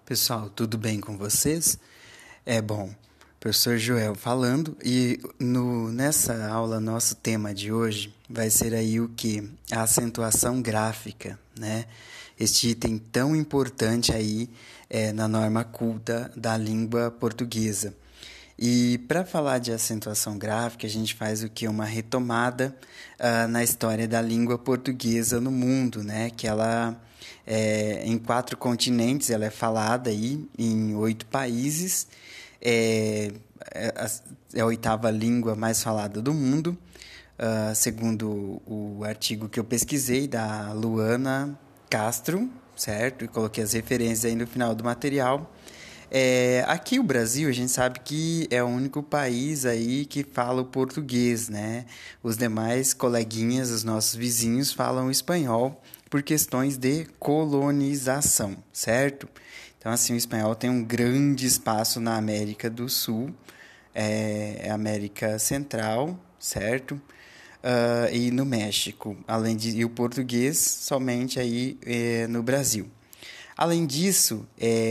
Pessoal, tudo bem com vocês? Professor Joel falando e nessa aula nosso tema de hoje vai ser aí o que? A acentuação gráfica, né? Este item tão importante aí na norma culta da língua portuguesa. E para falar de acentuação gráfica, a gente faz o que? Uma retomada na história da língua portuguesa no mundo, né? Que ela em 4 continentes, ela é falada aí em 8 países, é a 8ª língua mais falada do mundo, segundo o artigo que eu pesquisei da Luana Castro, certo? E coloquei as referências aí no final do material. Aqui o Brasil, a gente sabe que é o único país aí que fala o português, né? Os demais coleguinhas, os nossos vizinhos, falam o espanhol por questões de colonização, certo? Então, assim, o espanhol tem um grande espaço na América do Sul, América Central, certo? E no México, e o português somente aí no Brasil. Além disso,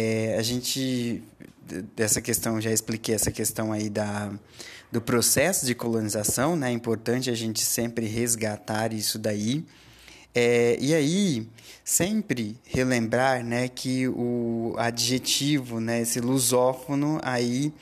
dessa questão, já expliquei essa questão aí do processo de colonização, né? É importante a gente sempre resgatar isso daí. E aí, sempre relembrar, né, que o adjetivo, né, esse lusófono aí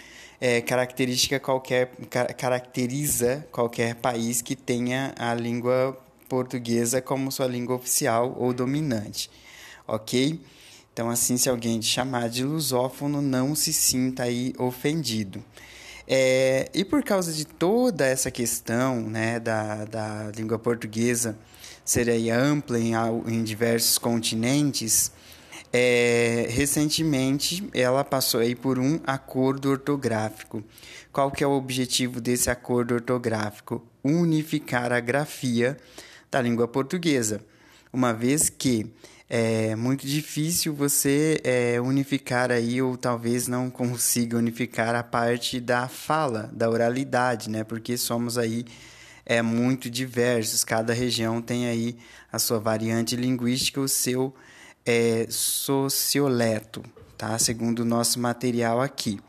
caracteriza qualquer país que tenha a língua portuguesa como sua língua oficial ou dominante, ok? Então, assim, se alguém te chamar de lusófono, não se sinta aí ofendido. E por causa de toda essa questão, né, da língua portuguesa ser aí ampla em diversos continentes, recentemente ela passou aí por um acordo ortográfico. Qual que é o objetivo desse acordo ortográfico? Unificar a grafia da língua portuguesa, uma vez que é muito difícil você unificar aí, ou talvez não consiga unificar a parte da fala, da oralidade, né? Porque somos aí muito diversos, cada região tem aí a sua variante linguística, o seu socioleto, tá? Segundo o nosso material aqui.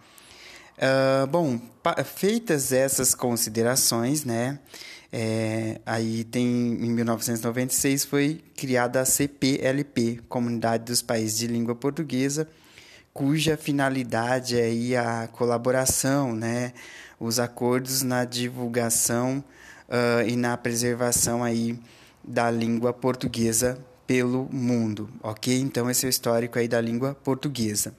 Feitas essas considerações, né? Aí em 1996 foi criada a CPLP, Comunidade dos Países de Língua Portuguesa, cuja finalidade é aí a colaboração, né? Os acordos na divulgação e na preservação aí da língua portuguesa pelo mundo, ok? Então esse é o histórico aí da língua portuguesa.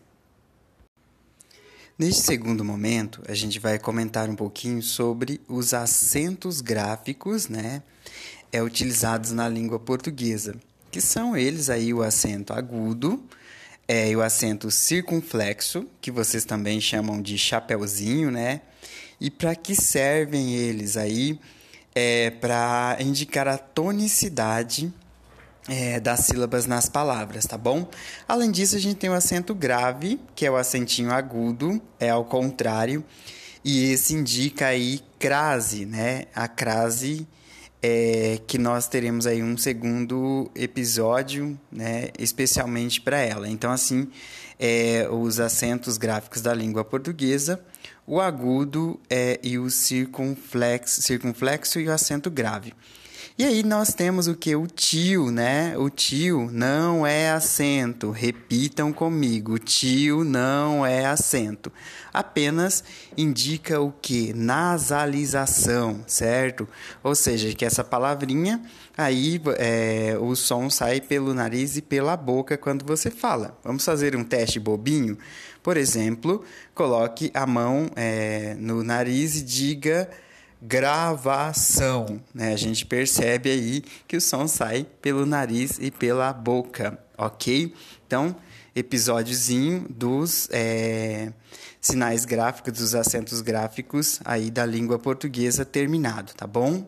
Neste segundo momento, a gente vai comentar um pouquinho sobre os acentos gráficos, né, utilizados na língua portuguesa, que são eles aí o acento agudo e o acento circunflexo, que vocês também chamam de chapeuzinho, né? E para que servem eles aí? Para indicar a tonicidade das sílabas nas palavras, tá bom? Além disso, a gente tem o acento grave, que é o acentinho agudo, é ao contrário, e esse indica aí crase, né? A crase que nós teremos aí um segundo episódio, né? Especialmente para ela. Então, assim, os acentos gráficos da língua portuguesa, o agudo e o circunflexo e o acento grave. E aí nós temos o que? O tio, né? O tio não é acento. Repitam comigo. O tio não é acento. Apenas indica o que? Nasalização, certo? Ou seja, que essa palavrinha, aí o som sai pelo nariz e pela boca quando você fala. Vamos fazer um teste bobinho? Por exemplo, coloque a mão no nariz e diga gravação, né? A gente percebe aí que o som sai pelo nariz e pela boca, ok? Então, episódiozinho dos sinais gráficos, dos acentos gráficos aí da língua portuguesa terminado, tá bom?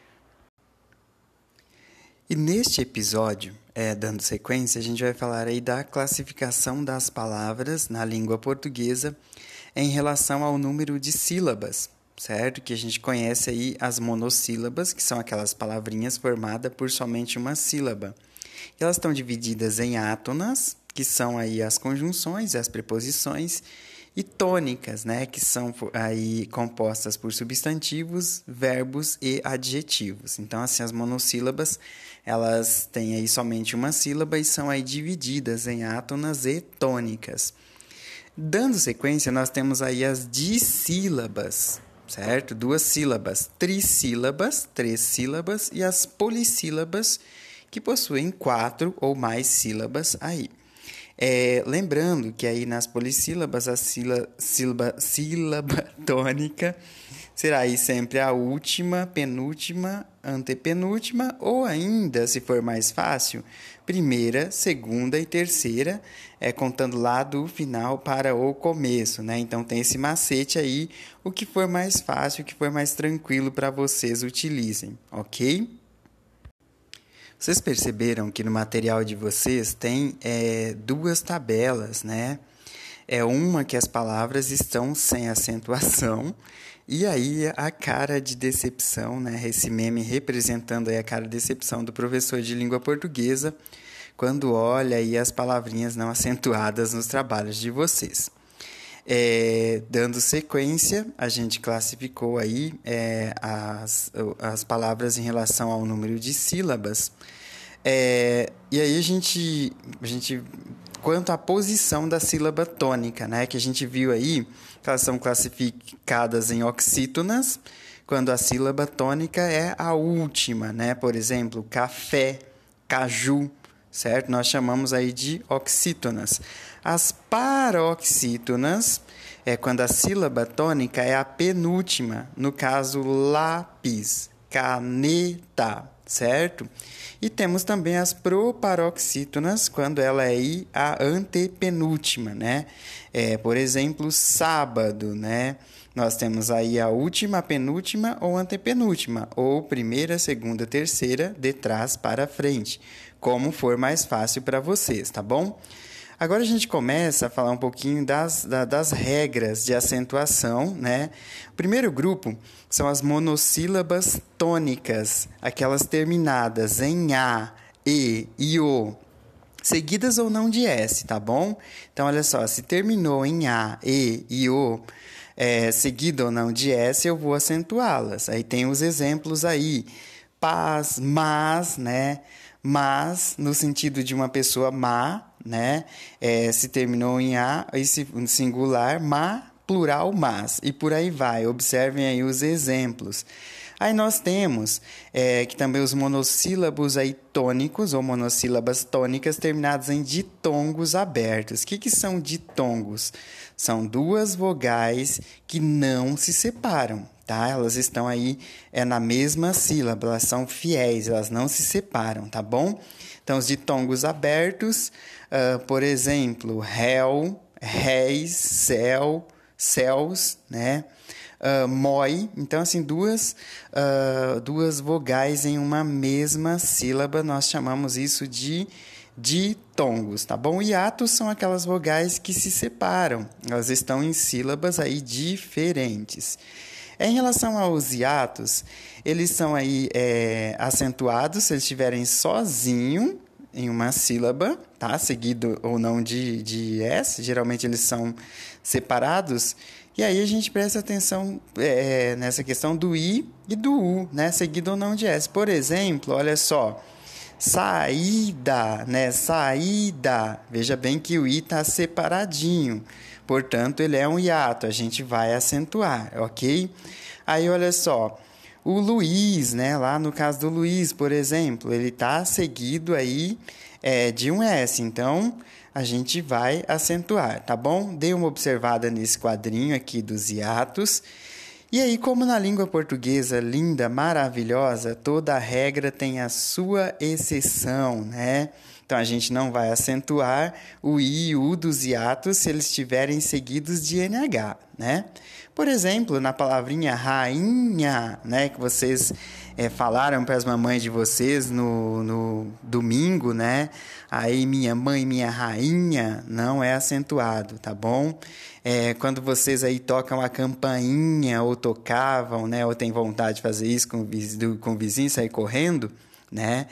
E neste episódio, dando sequência, a gente vai falar aí da classificação das palavras na língua portuguesa em relação ao número de sílabas, certo? Que a gente conhece aí as monossílabas, que são aquelas palavrinhas formadas por somente uma sílaba. E elas estão divididas em átonas, que são aí as conjunções, as preposições, e tônicas, né, que são aí compostas por substantivos, verbos e adjetivos. Então, assim, as monossílabas, elas têm aí somente uma sílaba e são aí divididas em átonas e tônicas. Dando sequência, nós temos aí as dissílabas, certo? 2 sílabas, trissílabas, 3 sílabas e as polissílabas, que possuem 4 ou mais sílabas aí. Lembrando que aí nas polissílabas a sílaba tônica será aí sempre a última, penúltima, antepenúltima ou ainda, se for mais fácil, primeira, segunda e terceira, contando lá do final para o começo, né? Então tem esse macete aí, o que for mais fácil, o que for mais tranquilo para vocês utilizem, ok? Vocês perceberam que no material de vocês tem 2 tabelas, né? Uma que as palavras estão sem acentuação e aí a cara de decepção, né? Esse meme representando aí a cara de decepção do professor de língua portuguesa quando olha aí as palavrinhas não acentuadas nos trabalhos de vocês. Dando sequência, a gente classificou aí as palavras em relação ao número de sílabas. E aí a gente, quanto à posição da sílaba tônica, né, que a gente viu aí, que elas são classificadas em oxítonas, quando a sílaba tônica é a última, né, por exemplo, café, caju, certo? Nós chamamos aí de oxítonas. As paroxítonas é quando a sílaba tônica é a penúltima, no caso lápis, caneta, certo? E temos também as proparoxítonas, quando ela é a antepenúltima, né? Por exemplo, sábado, né? Nós temos aí a última, penúltima ou antepenúltima, ou primeira, segunda, terceira, de trás para frente, como for mais fácil para vocês, tá bom? Agora a gente começa a falar um pouquinho das regras de acentuação, né? O primeiro grupo são as monossílabas tônicas, aquelas terminadas em A, E e O, seguidas ou não de S, tá bom? Então, olha só, se terminou em A, E e O, seguido ou não de S, eu vou acentuá-las. Aí tem os exemplos aí, paz, mas, né? Mas, no sentido de uma pessoa má, né? Se terminou em A, esse singular, má, plural, mas. E por aí vai. Observem aí os exemplos. Aí nós temos que também os monossílabos aí tônicos, ou monossílabas tônicas, terminados em ditongos abertos. O que são ditongos? São 2 vogais que não se separam. Tá? Elas estão aí na mesma sílaba, elas são fiéis, elas não se separam, tá bom? Então, os ditongos abertos, por exemplo, réu, réis, céu, céus, né? Moi, então, assim, duas vogais em uma mesma sílaba, nós chamamos isso de ditongos, tá bom? Hiatos são aquelas vogais que se separam, elas estão em sílabas aí diferentes. Em relação aos hiatos, eles são aí acentuados se eles estiverem sozinho em uma sílaba, tá? Seguido ou não de S, geralmente eles são separados. E aí a gente presta atenção nessa questão do I e do U, né? Seguido ou não de S. Por exemplo, olha só, saída, né? Saída. Veja bem que o I está separadinho. Portanto, ele é um hiato, a gente vai acentuar, ok? Aí, olha só, o Luiz, né? Lá no caso do Luiz, por exemplo, ele está seguido aí de um S, então a gente vai acentuar, tá bom? Dê uma observada nesse quadrinho aqui dos hiatos. E aí, como na língua portuguesa linda, maravilhosa, toda regra tem a sua exceção, né? Então, a gente não vai acentuar o I e o U dos hiatos se eles estiverem seguidos de NH, né? Por exemplo, na palavrinha rainha, né? Que vocês falaram para as mamães de vocês no domingo, né? Aí, minha mãe, minha rainha, não é acentuado, tá bom? Quando vocês aí tocam a campainha ou tocavam, né? Ou tem vontade de fazer isso com o vizinho, sair correndo, né?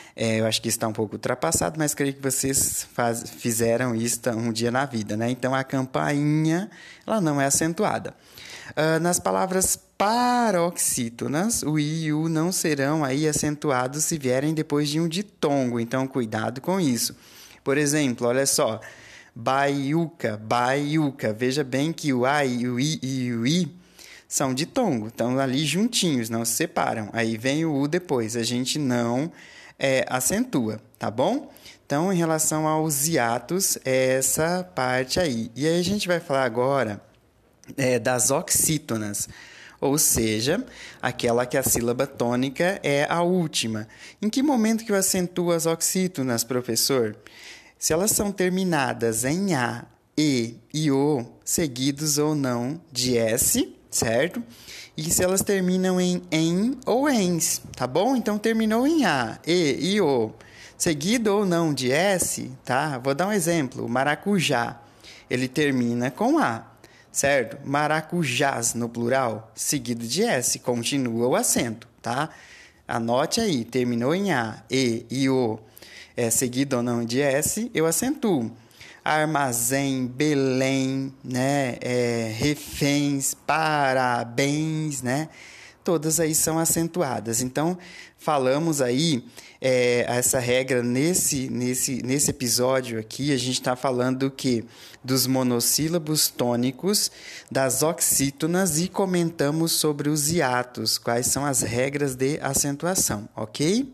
Eu acho que isso está um pouco ultrapassado, mas creio que vocês fizeram isso um dia na vida, né? Então, a campainha, ela não é acentuada. Nas palavras paroxítonas, o I e o U não serão aí acentuados se vierem depois de um ditongo, então cuidado com isso. Por exemplo, olha só, baiuca, baiuca. Veja bem que o A e o I são ditongo, estão ali juntinhos, não se separam. Aí vem o U depois, a gente não acentua, tá bom? Então, em relação aos hiatos, é essa parte aí. E aí a gente vai falar agora das oxítonas, ou seja, aquela que a sílaba tônica é a última. Em que momento que eu acentuo as oxítonas, professor? Se elas são terminadas em A, E O, seguidos ou não de S, certo? E se elas terminam em ou ens, tá bom? Então, terminou em A, E O, seguido ou não de S, tá? Vou dar um exemplo. O maracujá, ele termina com A, certo? Maracujás, no plural, seguido de S, continua o acento, tá? Anote aí, terminou em A, E O, seguido ou não de S, eu acentuo. Armazém, Belém, né? Reféns, parabéns, né? Todas aí são acentuadas. Então, falamos aí essa regra nesse episódio aqui. A gente está falando do quê? Dos monossílabos tônicos, das oxítonas e comentamos sobre os hiatos, quais são as regras de acentuação, ok?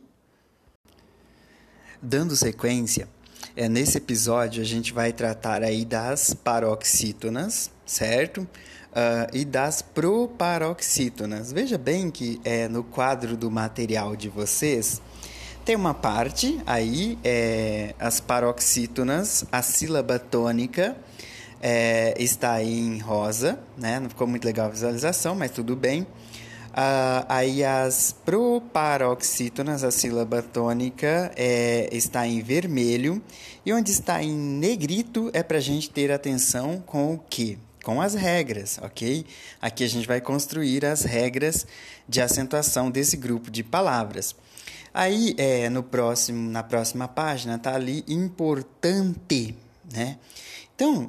Dando sequência, nesse episódio a gente vai tratar aí das paroxítonas, certo? E das proparoxítonas. Veja bem que no quadro do material de vocês tem uma parte aí, as paroxítonas, a sílaba tônica está aí em rosa, né? Não ficou muito legal a visualização, mas tudo bem. Aí as proparoxítonas, a sílaba tônica, está em vermelho. E onde está em negrito é para a gente ter atenção com o quê? Com as regras, ok? Aqui a gente vai construir as regras de acentuação desse grupo de palavras. Aí, na próxima página, está ali importante, né? Então,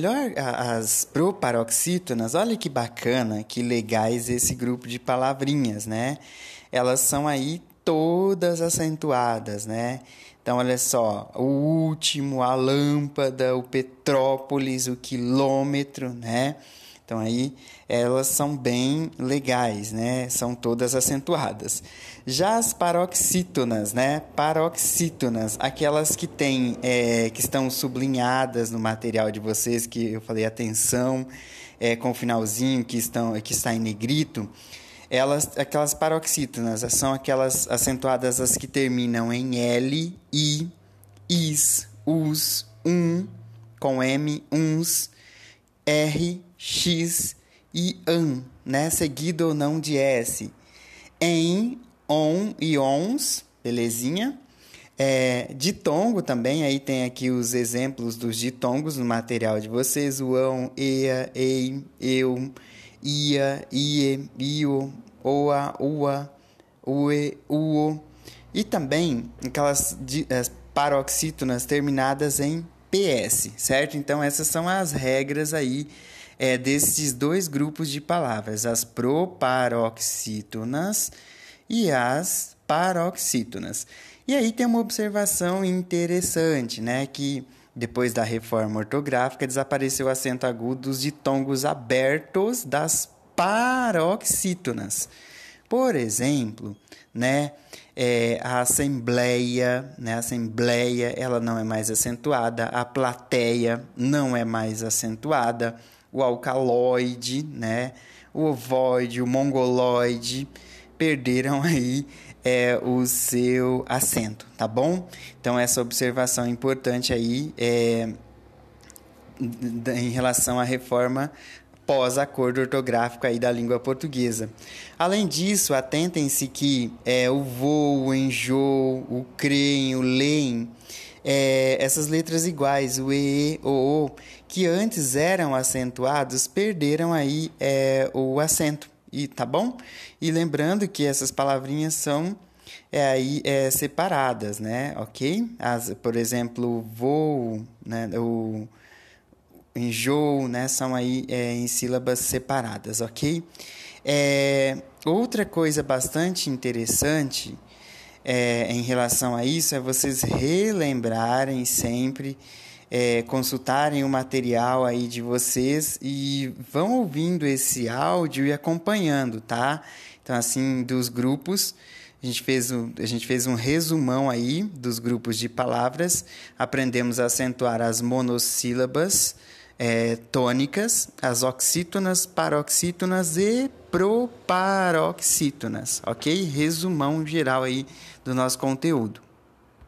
as proparoxítonas, olha que bacana, que legais esse grupo de palavrinhas, né? Elas são aí todas acentuadas, né? Então, olha só, o último, a lâmpada, o Petrópolis, o quilômetro, né? Então, aí, elas são bem legais, né? São todas acentuadas. Já as paroxítonas, né? Paroxítonas, aquelas que têm, que estão sublinhadas no material de vocês, que eu falei, atenção, com o finalzinho que está em negrito. Aquelas paroxítonas são aquelas acentuadas as que terminam em L, I, is, us, com M, uns, R, X e an, né? Seguido ou não de S. Em, on e ons, belezinha? Ditongo também, aí tem aqui os exemplos dos ditongos no material de vocês. O ão, ea, ei, eu, ia, ie, io, oa, ua, ue, uo. E também aquelas paroxítonas terminadas em PS, certo? Então, essas são as regras aí desses dois grupos de palavras, as proparoxítonas e as paroxítonas. E aí tem uma observação interessante, né? Que depois da reforma ortográfica desapareceu o acento agudo dos ditongos abertos das paroxítonas. Por exemplo, né? A assembleia, né? A assembleia, ela não é mais acentuada. A plateia não é mais acentuada. O alcaloide, né? O ovoide, o mongoloide perderam aí o seu acento, tá bom? Então, essa observação é importante aí em relação à reforma pós-acordo ortográfico aí da língua portuguesa. Além disso, atentem-se que o voo, o enjoo, o creem, o leem, essas letras iguais, o e, o, que antes eram acentuados, perderam aí o acento, tá bom? E lembrando que essas palavrinhas são separadas, né? Ok? Por exemplo, voo, né? O enjoo, né? São aí em sílabas separadas, ok? Outra coisa bastante interessante em relação a isso é vocês relembrarem sempre, consultarem o material aí de vocês e vão ouvindo esse áudio e acompanhando, tá? Então, assim, dos grupos, a gente fez um resumão aí dos grupos de palavras, aprendemos a acentuar as monossílabas, tônicas, as oxítonas, paroxítonas e proparoxítonas, ok? Resumão geral aí do nosso conteúdo.